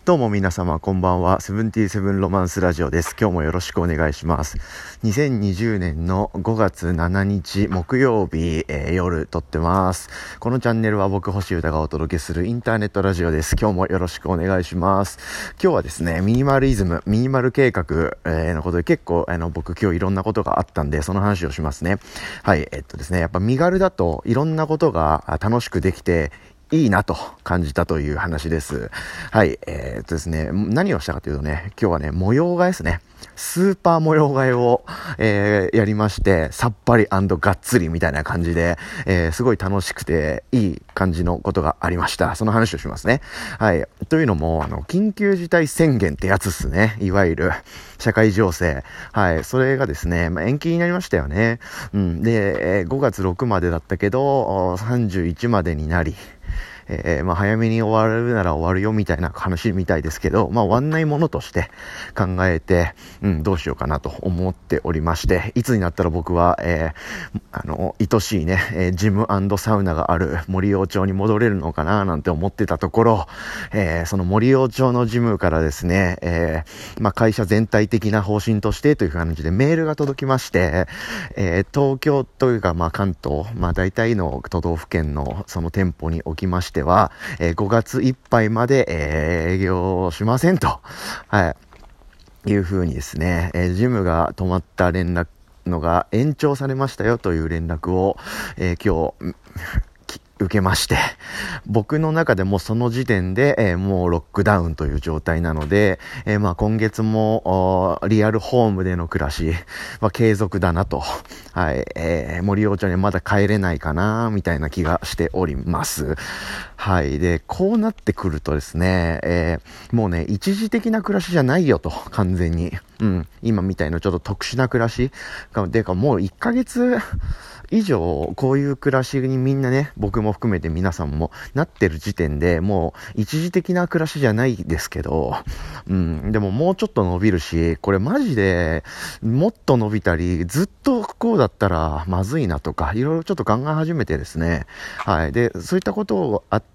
どうも皆様こんばんは。セブンティーセブンロマンスラジオです。今日もよろしくお願いします。2020年の5月7日木曜日、夜撮ってます。このチャンネルは僕星歌がお届けするインターネットラジオです。今日もよろしくお願いします。今日はですね、ミニマル計画、のことで結構僕今日いろんなことがあったんで、その話をしますね。はい、ですね、やっぱ身軽だといろんなことが楽しくできていいなと感じたという話です。はい、ですね、何をしたかというとね、今日はね、模様替えですね。スーパー模様替えを、やりまして、さっぱりがっつりみたいな感じで、すごい楽しくていい感じのことがありました。その話をしますね。はい。というのも、緊急事態宣言ってやつっすね。いわゆる、社会情勢。はい。それがですね、延期になりましたよね。で、5月6までだったけど、31までになり、早めに終わるなら終わるよみたいな話みたいですけど、終わんないものとして考えて、どうしようかなと思っておりまして、いつになったら僕は、愛しいね、ジム&サウナがある森王町に戻れるのかななんて思ってたところ、その森王町のジムからですね、会社全体的な方針としてという感じでメールが届きまして、東京というか関東、大体の都道府県のその店舗におきましては、5月いっぱいまで、営業しませんと、いうふうにですね、ジムが止まった連絡のが延長されましたよという連絡を、今日受けまして、僕の中でもその時点で、もうロックダウンという状態なので、今月もリアルホームでの暮らしは継続だなと、森王町にはまだ帰れないかなみたいな気がしております。はい。で、こうなってくるとですね、もうね、一時的な暮らしじゃないよと、完全に。今みたいなちょっと特殊な暮らしでか、もう1ヶ月以上こういう暮らしにみんなね、僕も含めて皆さんもなってる時点で、もう一時的な暮らしじゃないですけど、でももうちょっと伸びるし、これマジでもっと伸びたり、ずっとこうだったらまずいなとか、いろいろちょっと考え始めてですね、はい。で、そういったことあって、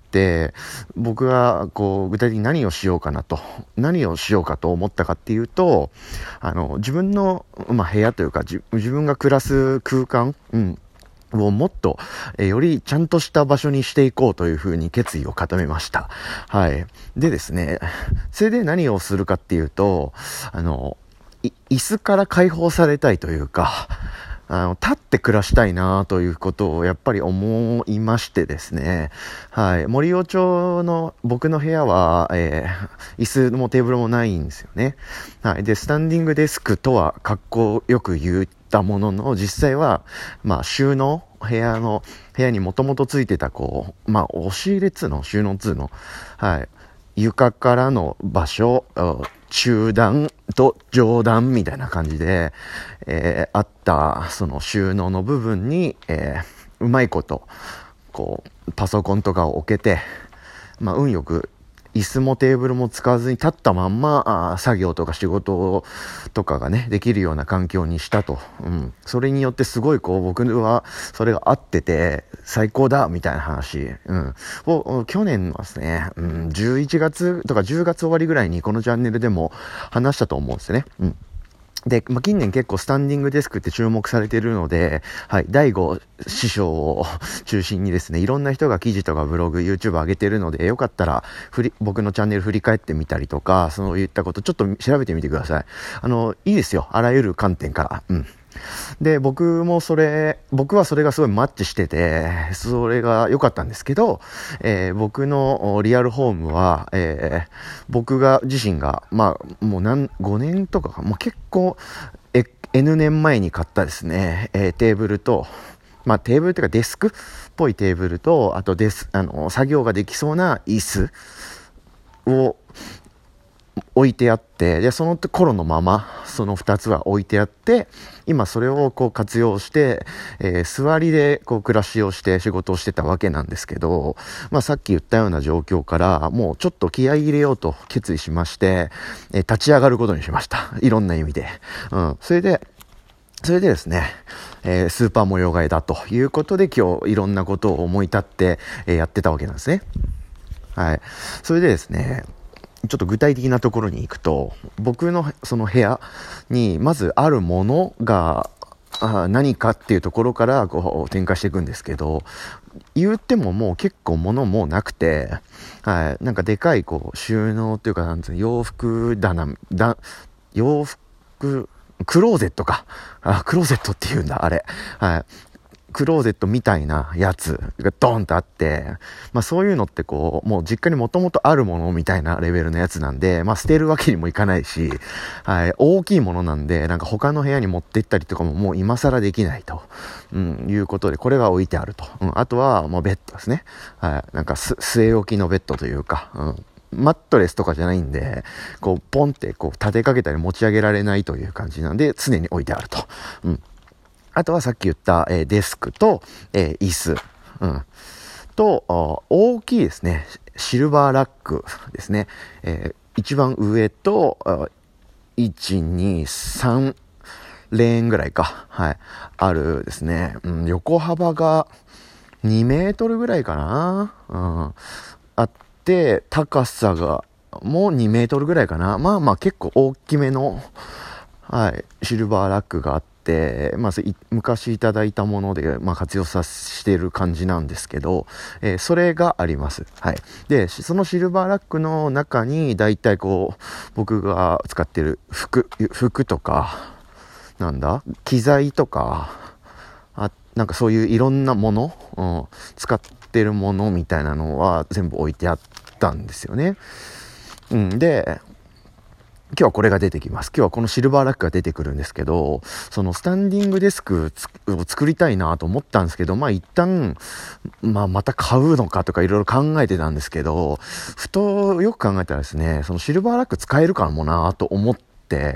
僕が具体的に何をしようかと思ったかっていうと、自分の、部屋というか自分が暮らす空間、をもっと、よりちゃんとした場所にしていこうというふうに決意を固めました。はい。でですね、それで何をするかっていうと、椅子から解放されたいというか、立って暮らしたいなということをやっぱり思いましてですね。はい。森尾町の僕の部屋は、椅子もテーブルもないんですよね。はい。で、スタンディングデスクとは格好よく言ったものの、実際は、収納、部屋にもともとついてた押し入れっつうの、収納っつうの、はい。床からの場所、中段と上段みたいな感じで、あったその収納の部分に、うまいことパソコンとかを置けて、運よく椅子もテーブルも使わずに立ったまんま作業とか仕事とかがねできるような環境にしたと、それによってすごい僕はそれが合ってて最高だみたいな話、を去年のですね、11月とか10月終わりぐらいにこのチャンネルでも話したと思うんですよね。で、近年結構スタンディングデスクって注目されているので、はい、大悟師匠を中心にですね、いろんな人が記事とかブログ、YouTube 上げてるので、よかったら僕のチャンネル振り返ってみたりとか、そういったことちょっと調べてみてください。いいですよ。あらゆる観点から。で、僕はそれがすごいマッチしてて、それが良かったんですけど、僕のリアルホームは、僕が自身が、もう5年とかか、結構、N 年前に買ったですね、テーブルと、テーブルというかデスクっぽいテーブルと、あと作業ができそうな椅子を置いてあって、でその頃のままその2つは置いてあって、今それを活用して、座りで暮らしをして仕事をしてたわけなんですけど、さっき言ったような状況からもうちょっと気合い入れようと決意しまして、立ち上がることにしました。いろんな意味で、それでですね、スーパー模様替えだということで今日いろんなことを思い立って、やってたわけなんですね。はい。それでですね、 ちょっと具体的なところに行くと、僕のその部屋にまずあるものが何かっていうところからこう展開していくんですけど、言ってももう結構物もなくて、はい、なんかでかいこう収納っていうか、なんつうの、洋服クローゼットか、クローゼットって言うんだあれ、はい、クローゼットみたいなやつがドーンとあって、そういうのってこう、もう実家にもともとあるものみたいなレベルのやつなんで、捨てるわけにもいかないし、はい、大きいものなんで、なんか他の部屋に持って行ったりとかももう今更できないと、いうことで、これが置いてあると。あとはもうベッドですね。はい、なんか据え置きのベッドというか、マットレスとかじゃないんで、こう、ポンってこう立てかけたり持ち上げられないという感じなんで、常に置いてあると。あとはさっき言った、デスクと、椅子、と、大きいですね、シルバーラックですね。一番上と、1、2、3レーンぐらいか、はい、あるですね。横幅が2メートルぐらいかな、あって、高さがもう2メートルぐらいかな。結構大きめの、はい、シルバーラックがあって、昔いただいたもので、活用している感じなんですけど、それがあります。はい。で、そのシルバーラックの中に、だいたいこう、僕が使っている服とか、機材とか、なんかそういういろんなもの、使ってるものみたいなのは全部置いてあったんですよね。で、今日はこれが出てきます。今日はこのシルバーラックが出てくるんですけど、そのスタンディングデスクを作りたいなと思ったんですけど、一旦、また買うのかとかいろいろ考えてたんですけど、ふとよく考えたらですね、そのシルバーラック使えるかもなと思って、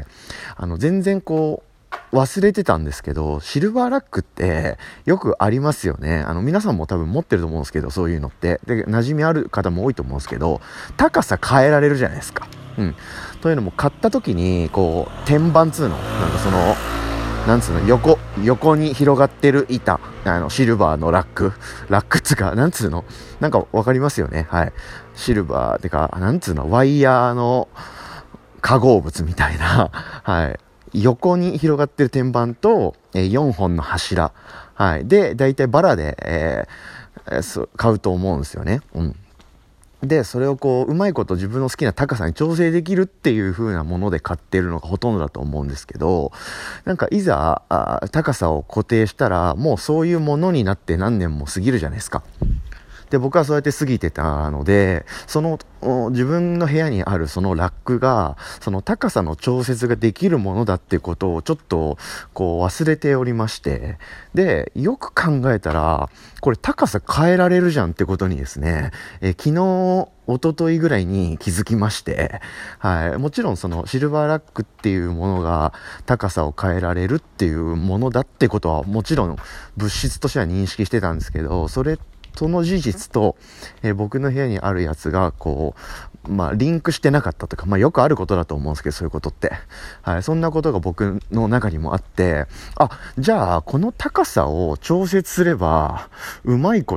全然こう、忘れてたんですけど、シルバーラックってよくありますよね。皆さんも多分持ってると思うんですけど、そういうのって。で、馴染みある方も多いと思うんですけど、高さ変えられるじゃないですか。というのも買った時にこう天板つうのなんかそのなんつうの横に広がってる板シルバーのラックつうかなんつうのなんかわかりますよね。はい、シルバーてかなんつうのワイヤーの化合物みたいなはい横に広がってる天板と、4本の柱、はい、でだいたいバラで、買うと思うんですよね。で、それをこう、うまいこと自分の好きな高さに調整できるっていう風なもので買ってるのがほとんどだと思うんですけど、なんかいざ、高さを固定したら、もうそういうものになって何年も過ぎるじゃないですか。で、僕はそうやって過ぎてたので、その自分の部屋にあるそのラックが、その高さの調節ができるものだってことをちょっとこう忘れておりまして、で、よく考えたら、これ高さ変えられるじゃんってことにですね、昨日、一昨日ぐらいに気づきまして、はい。もちろんそのシルバーラックっていうものが高さを変えられるっていうものだってことはもちろん物質としては認識してたんですけど、その事実と、僕の部屋にあるやつがこう、リンクしてなかったとか、よくあることだと思うんですけど、そういうことって。はい。そんなことが僕の中にもあって、じゃあ、この高さを調節すれば、うまいこと、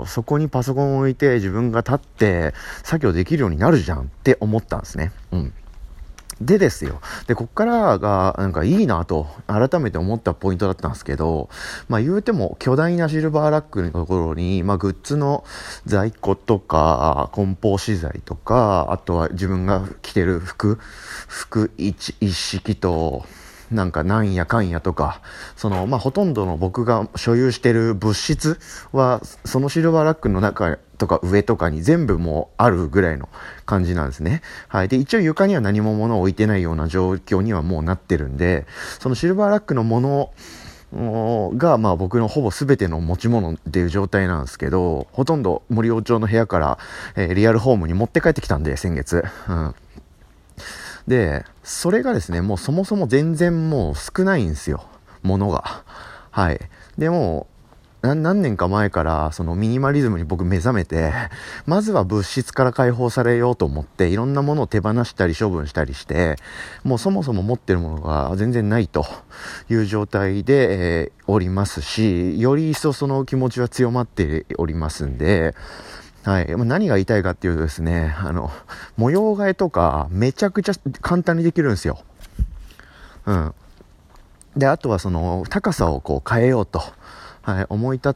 そこにパソコンを置いて自分が立って作業できるようになるじゃんって思ったんですね。でですよ。で、こっからが、なんかいいなと、改めて思ったポイントだったんですけど、言うても、巨大なシルバーラックのところに、グッズの在庫とか、梱包資材とか、あとは自分が着てる服一式と、なんかなんやかんやとか、ほとんどの僕が所有してる物質は、そのシルバーラックの中とか上とかに全部もうあるぐらいの感じなんですね。はい。で、一応床には何も物を置いてないような状況にはもうなってるんで、そのシルバーラックのものが、僕のほぼ全ての持ち物っていう状態なんですけど、ほとんど森尾町の部屋から、リアルホームに持って帰ってきたんで、先月。で、それがですね、もうそもそも全然もう少ないんですよ。ものが。はい。でも、何年か前からそのミニマリズムに僕目覚めて、まずは物質から解放されようと思っていろんなものを手放したり処分したりして、もうそもそも持ってるものが全然ないという状態で、おりますし、より一層その気持ちは強まっておりますんで、 はい。何が言いたいかっていうとですね、模様替えとかめちゃくちゃ簡単にできるんですよ。うん。で、あとはその高さをこう変えようと、はい、思い立って、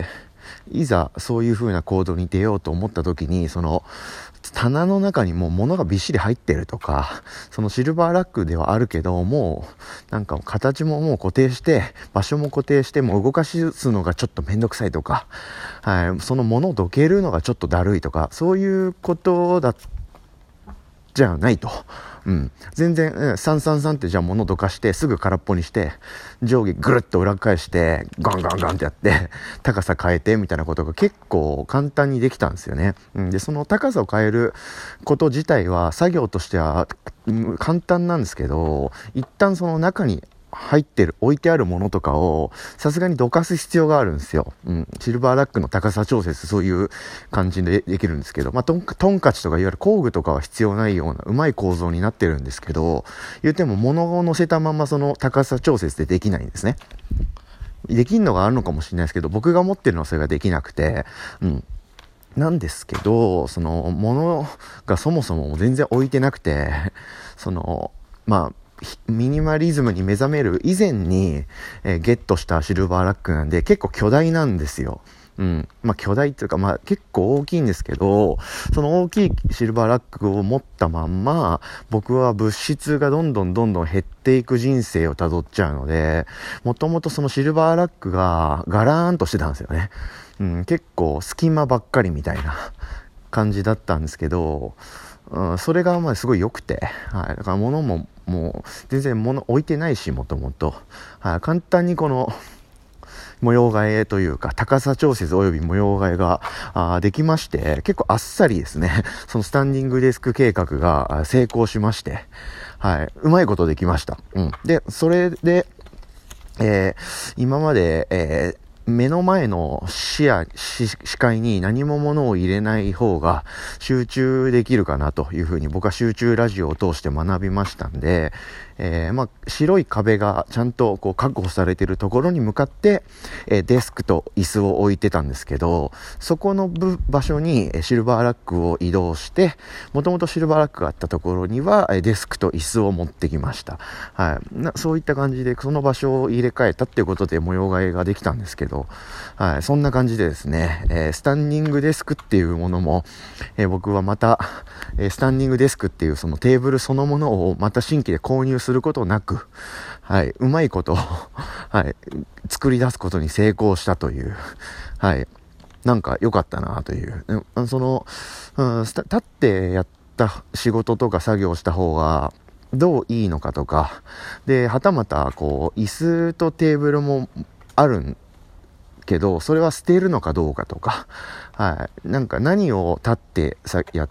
いざそういう風な行動に出ようと思った時に、その棚の中にもう物がびっしり入ってるとか、そのシルバーラックではあるけど、もうなんか形ももう固定して、場所も固定して、もう動かすのがちょっとめんどくさいとか、はい、その物をどけるのがちょっとだるいとか、そういうことじゃないと。うん。全然、333ってじゃあ物どかして、すぐ空っぽにして、上下ぐるっと裏返して、ガンガンガンってやって、高さ変えて、みたいなことが結構簡単にできたんですよね。うん。で、その高さを変えること自体は、作業としては、簡単なんですけど、一旦その中に置いてあるものとかをさすがにどかす必要があるんですよ。うん。シルバーラックの高さ調節、そういう感じでできるんですけど、トンカチとかいわゆる工具とかは必要ないようなうまい構造になってるんですけど、言っても物を乗せたままその高さ調節でできないんですね。できんのがあるのかもしれないですけど、僕が持ってるのはそれができなくて、うん。なんですけど、その物がそもそも全然置いてなくて、その、ミニマリズムに目覚める以前に、ゲットしたシルバーラックなんで結構巨大なんですよ。うん。巨大っていうか、結構大きいんですけど、その大きいシルバーラックを持ったまんま、僕は物質がどんどん減っていく人生を辿っちゃうので、もともとそのシルバーラックがガラーンとしてたんですよね。うん、結構隙間ばっかりみたいな感じだったんですけど、それがすごい良くて、はい。だから物ももう全然物置いてないし、もともと。はい。簡単にこの模様替えというか、高さ調節及び模様替えができまして、結構あっさりですね、そのスタンディングデスク計画が成功しまして、はい。うまいことできました。うん。で、それで、今まで、目の前の視界に何も物を入れない方が集中できるかなというふうに僕は集中ラジオを通して学びましたんで、白い壁がちゃんとこう確保されているところに向かって、デスクと椅子を置いてたんですけど、そこの場所にシルバーラックを移動して、もともとシルバーラックがあったところにはデスクと椅子を持ってきました。はい。そういった感じでその場所を入れ替えたっていうことで模様替えができたんですけど、はい。そんな感じでですね、スタンディングデスクっていうものも、僕はまた、スタンディングデスクっていうそのテーブルそのものをまた新規で購入することなく、はい、うまいことはい、作り出すことに成功したという、はい、なんか良かったなという、その、立ってやった仕事とか作業した方がどういいのかとか、で、はたまたこう、椅子とテーブルもあるんけど、それは捨てるのかどうかとか、はい。なんか何を立ってやって、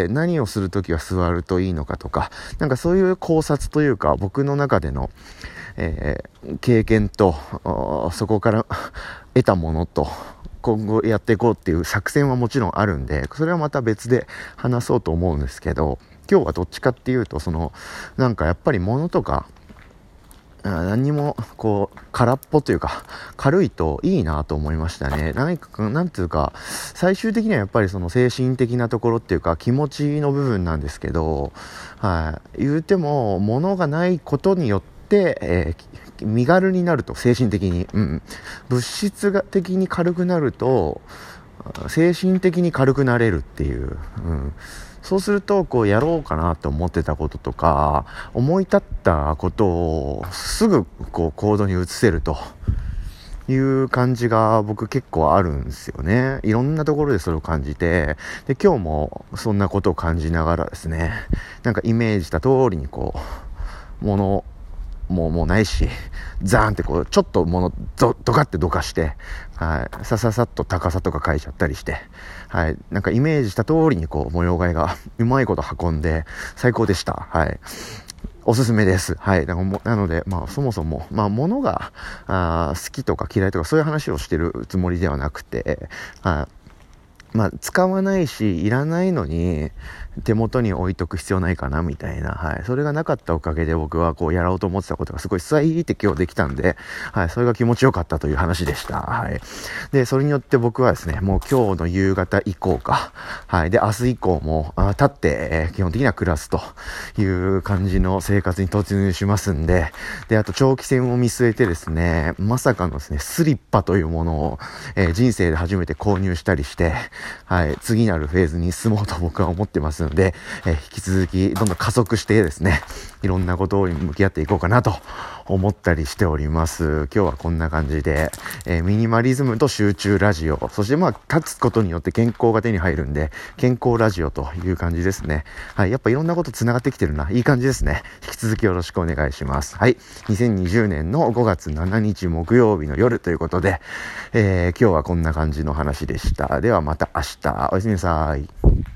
何をするときは座るといいのかとか、なんかそういう考察というか、僕の中での、経験と、そこから得たものと、今後やっていこうっていう作戦はもちろんあるんで、それはまた別で話そうと思うんですけど、今日はどっちかっていうと、なんかやっぱり物とか、何にもこう空っぽというか軽いといいなと思いましたね。なんていうか最終的にはやっぱりその精神的なところっていうか気持ちの部分なんですけど、はい、言うても物がないことによって、身軽になると精神的に、物質が的に軽くなると精神的に軽くなれるっていう、そうするとこうやろうかなと思ってたこととか思い立ったことをすぐこう行動に移せるという感じが僕結構あるんですよね。いろんなところでそれを感じて、で今日もそんなことを感じながらですね、なんかイメージした通りにこう物もうないし、ザーンってこうちょっとドカってどかして、はい、さっと高さとか変えちゃったりして、はい、なんかイメージした通りにこう模様替えがうまいこと運んで最高でした。はい。おすすめです。はい。なので、そもそも、物が好きとか嫌いとかそういう話をしてるつもりではなくて、使わないし、いらないのに、 手元に置いとく必要ないかなみたいな、はい。それがなかったおかげで僕はこうやろうと思ってたことがすごいスイーって今日できたんで、はい。それが気持ちよかったという話でした。はい。で、それによって僕はですね、もう今日の夕方以降か、はい。で、明日以降も、立って、基本的には暮らすという感じの生活に突入しますんで、で、あと長期戦を見据えてですね、まさかのですね、スリッパというものを、人生で初めて購入したりして、はい。次なるフェーズに進もうと僕は思ってますので、引き続きどんどん加速してですね、いろんなことに向き合っていこうかなと思ったりしております。今日はこんな感じで、ミニマリズムと集中ラジオ、そして立つことによって健康が手に入るんで、健康ラジオという感じですね。はい、やっぱいろんなこと繋がってきてるな。いい感じですね。引き続きよろしくお願いします。はい、2020年の5月7日木曜日の夜ということで、今日はこんな感じの話でした。ではまた明日、おやすみなさい。